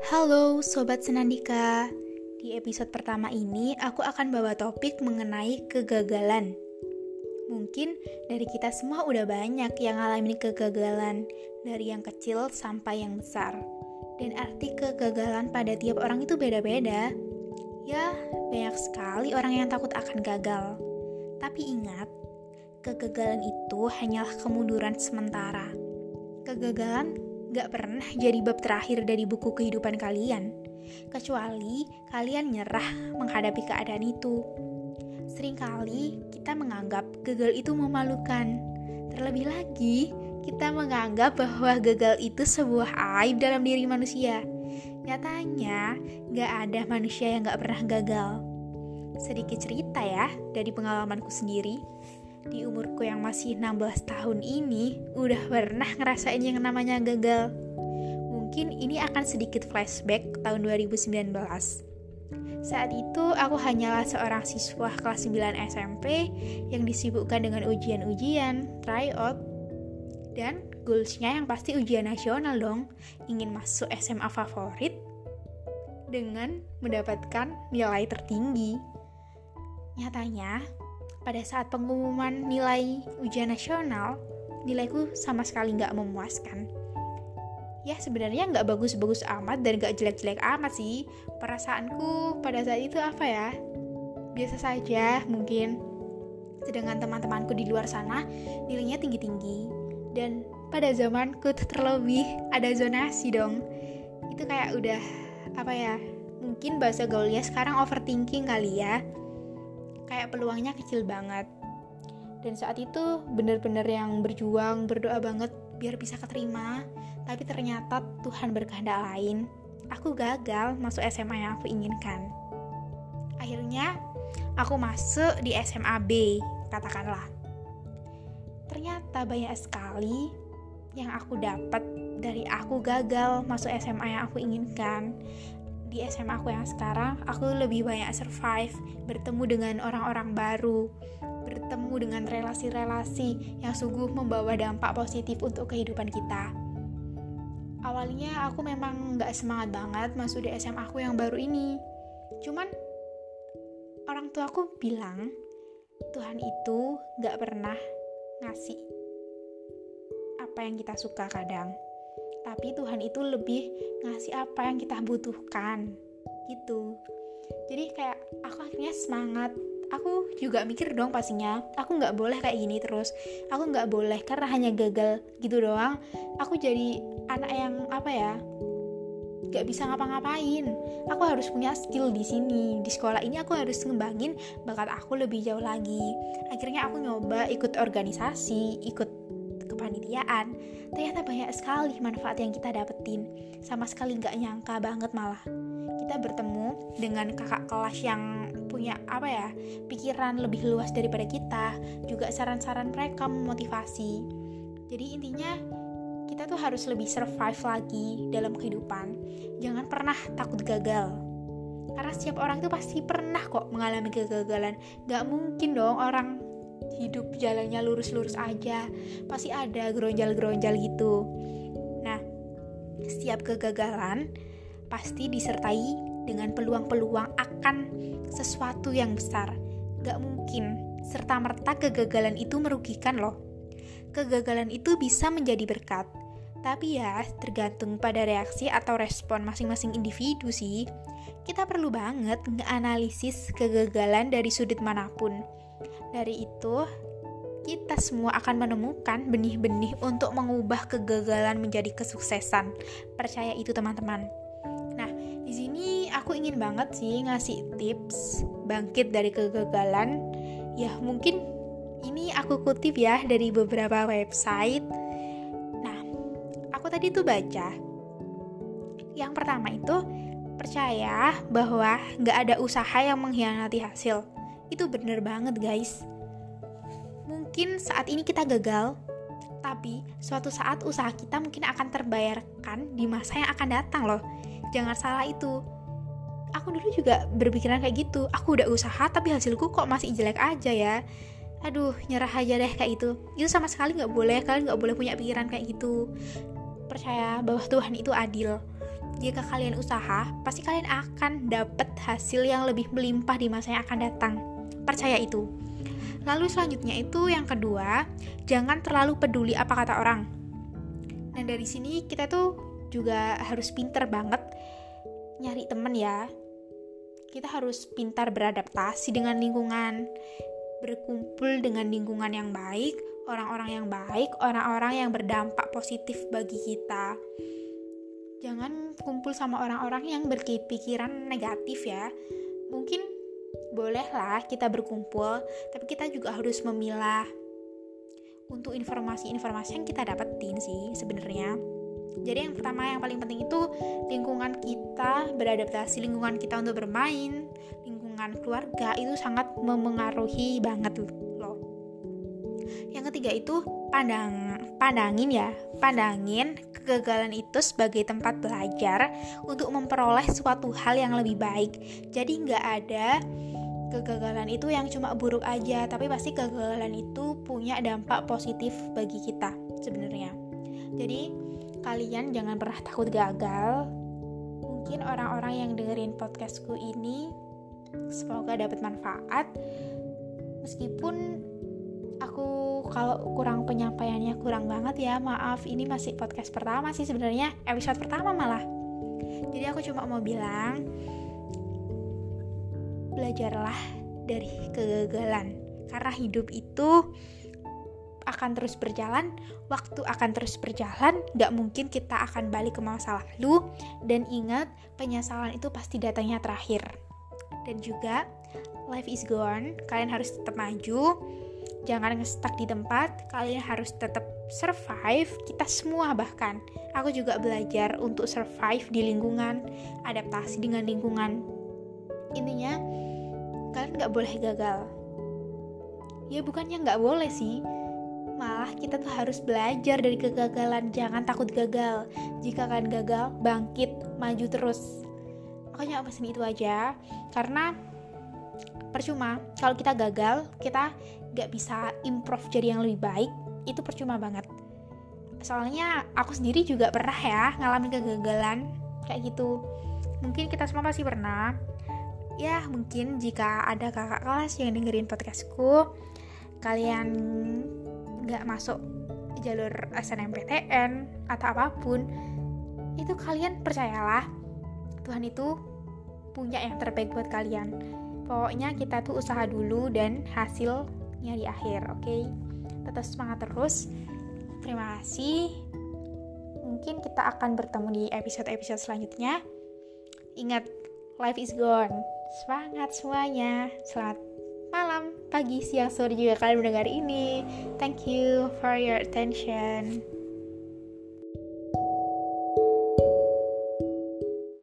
Halo Sobat Senandika. Di episode pertama ini aku akan bawa topik mengenai kegagalan. Mungkin dari kita semua udah banyak yang ngalamin kegagalan, dari yang kecil sampai yang besar. Dan arti kegagalan pada tiap orang itu beda-beda. Ya, banyak sekali orang yang takut akan gagal. Tapi ingat, kegagalan itu hanyalah kemunduran sementara. Kegagalan gak pernah jadi bab terakhir dari buku kehidupan kalian, kecuali kalian nyerah menghadapi keadaan itu. Seringkali kita menganggap gagal itu memalukan. Terlebih lagi, kita menganggap bahwa gagal itu sebuah aib dalam diri manusia. Nyatanya, gak ada manusia yang gak pernah gagal. Sedikit cerita ya, dari pengalamanku sendiri. Di umurku yang masih 16 tahun ini, udah pernah ngerasain yang namanya gagal. Mungkin ini akan sedikit flashback ke tahun 2019. Saat itu, aku hanyalah seorang siswa kelas 9 SMP yang disibukkan dengan ujian-ujian, tryout, dan goals-nya yang pasti ujian nasional dong. Ingin masuk SMA favorit dengan mendapatkan nilai tertinggi. Nyatanya, pada saat pengumuman nilai ujian nasional, nilaiku sama sekali gak memuaskan. Ya sebenarnya gak bagus-bagus amat dan gak jelek-jelek amat sih. Perasaanku pada saat itu apa ya? Biasa saja mungkin. Sedangkan teman-temanku di luar sana nilainya tinggi-tinggi. Dan pada zamanku terlebih ada zonasi dong. Itu kayak udah mungkin bahasa gaulnya sekarang overthinking kali ya. Kayak peluangnya kecil banget. Dan saat itu bener-bener yang berjuang, berdoa banget biar bisa keterima. Tapi ternyata Tuhan berkehendak lain. Aku gagal masuk SMA yang aku inginkan. Akhirnya aku masuk di SMA B, katakanlah. Ternyata banyak sekali yang aku dapat dari aku gagal masuk SMA yang aku inginkan. Di SMA aku yang sekarang, aku lebih banyak survive, bertemu dengan orang-orang baru, bertemu dengan relasi-relasi yang sungguh membawa dampak positif untuk kehidupan kita. Awalnya aku memang gak semangat banget masuk di SMA aku yang baru ini. Cuman orang tua aku bilang, Tuhan itu gak pernah ngasih apa yang kita suka kadang. Tapi Tuhan itu lebih ngasih apa yang kita butuhkan gitu. Jadi kayak aku akhirnya semangat. Aku juga mikir dong pastinya, aku gak boleh kayak gini terus. Aku gak boleh karena hanya gagal gitu doang aku jadi anak yang gak bisa ngapa-ngapain. Aku harus punya skill di sini. Di sekolah ini aku harus ngembangin bakat aku lebih jauh lagi. Akhirnya aku nyoba ikut organisasi, ikut kepanitiaan. Ternyata banyak sekali manfaat yang kita dapetin. Sama sekali gak nyangka banget malah. Kita bertemu dengan kakak kelas yang punya pikiran lebih luas daripada kita. Juga saran-saran mereka memotivasi. Jadi intinya kita tuh harus lebih survive lagi dalam kehidupan. Jangan pernah takut gagal. Karena setiap orang itu pasti pernah kok mengalami kegagalan. Gak mungkin dong orang hidup jalannya lurus-lurus aja. Pasti ada geronjal-geronjal gitu. Nah, setiap kegagalan pasti disertai dengan peluang-peluang akan sesuatu yang besar. Gak mungkin serta-merta kegagalan itu merugikan loh. Kegagalan itu bisa menjadi berkat. Tapi ya, tergantung pada reaksi atau respon masing-masing individu sih. Kita perlu banget nge-analisis kegagalan dari sudut manapun. Dari itu, kita semua akan menemukan benih-benih untuk mengubah kegagalan menjadi kesuksesan. Percaya itu teman-teman. Nah, di sini aku ingin banget sih ngasih tips bangkit dari kegagalan. Ya, mungkin ini aku kutip ya dari beberapa website. Nah, aku tadi tuh baca. Yang pertama itu, percaya bahwa gak ada usaha yang mengkhianati hasil. Itu bener banget guys. Mungkin saat ini kita gagal, tapi suatu saat usaha kita mungkin akan terbayarkan di masa yang akan datang loh. Jangan salah itu. Aku dulu juga berpikiran kayak gitu. Aku udah usaha tapi hasilku kok masih jelek aja ya. Aduh, nyerah aja deh kayak itu. Itu sama sekali gak boleh. Kalian gak boleh punya pikiran kayak gitu. Percaya bahwa Tuhan itu adil. jika kalian usaha, pasti kalian akan dapat hasil yang lebih melimpah di masa yang akan datang. Percaya itu. Lalu selanjutnya itu yang kedua, jangan terlalu peduli apa kata orang. Nah dari sini kita tuh juga harus pinter banget nyari temen ya. Kita harus pintar beradaptasi dengan lingkungan, berkumpul dengan lingkungan yang baik, orang-orang yang baik, orang-orang yang berdampak positif bagi kita. Jangan kumpul sama orang-orang yang berpikiran negatif ya. Mungkin bolehlah kita berkumpul, tapi kita juga harus memilah untuk informasi-informasi yang kita dapetin sih sebenarnya. Jadi yang pertama, yang paling penting itu lingkungan kita beradaptasi, lingkungan kita untuk bermain, lingkungan keluarga itu sangat memengaruhi banget loh. Yang ketiga itu pandangin kegagalan itu sebagai tempat belajar untuk memperoleh suatu hal yang lebih baik. Jadi nggak ada kegagalan itu yang cuma buruk aja, tapi pasti kegagalan itu punya dampak positif bagi kita sebenarnya. Jadi kalian jangan pernah takut gagal. Mungkin orang-orang yang dengerin podcastku ini semoga dapat manfaat. Meskipun aku kalau kurang penyampaiannya kurang banget ya, maaf, ini masih podcast pertama sih sebenarnya, episode pertama malah. Jadi aku cuma mau bilang, belajarlah dari kegagalan, karena hidup itu akan terus berjalan, waktu akan terus berjalan, gak mungkin kita akan balik ke masa lalu, dan ingat, penyesalan itu pasti datangnya terakhir. Dan juga, life is gone, kalian harus tetap maju, jangan nge-stuck di tempat, kalian harus tetap survive, kita semua bahkan. Aku juga belajar untuk survive di lingkungan, adaptasi dengan lingkungan. Intinya, kalian gak boleh gagal. Ya bukannya gak boleh sih, malah kita tuh harus belajar dari kegagalan, jangan takut gagal. Jika kalian gagal, bangkit, maju terus. Makanya pesan itu aja, karena percuma kalau kita gagal, kita gak bisa improve jadi yang lebih baik, itu percuma banget. Soalnya aku sendiri juga pernah ya ngalamin kegagalan kayak gitu. Mungkin kita semua pasti pernah. Ya mungkin jika ada kakak kelas yang dengerin podcastku, kalian gak masuk jalur SNMPTN atau apapun, itu kalian percayalah, Tuhan itu punya yang terbaik buat kalian. Pokoknya kita tuh usaha dulu dan hasil di akhir, oke? Tetap semangat terus. Terima kasih. Mungkin kita akan bertemu di episode-episode selanjutnya. Ingat, life is gone. Semangat semuanya. Selamat malam, pagi, siang, sore juga kalian mendengar ini. Thank you for your attention.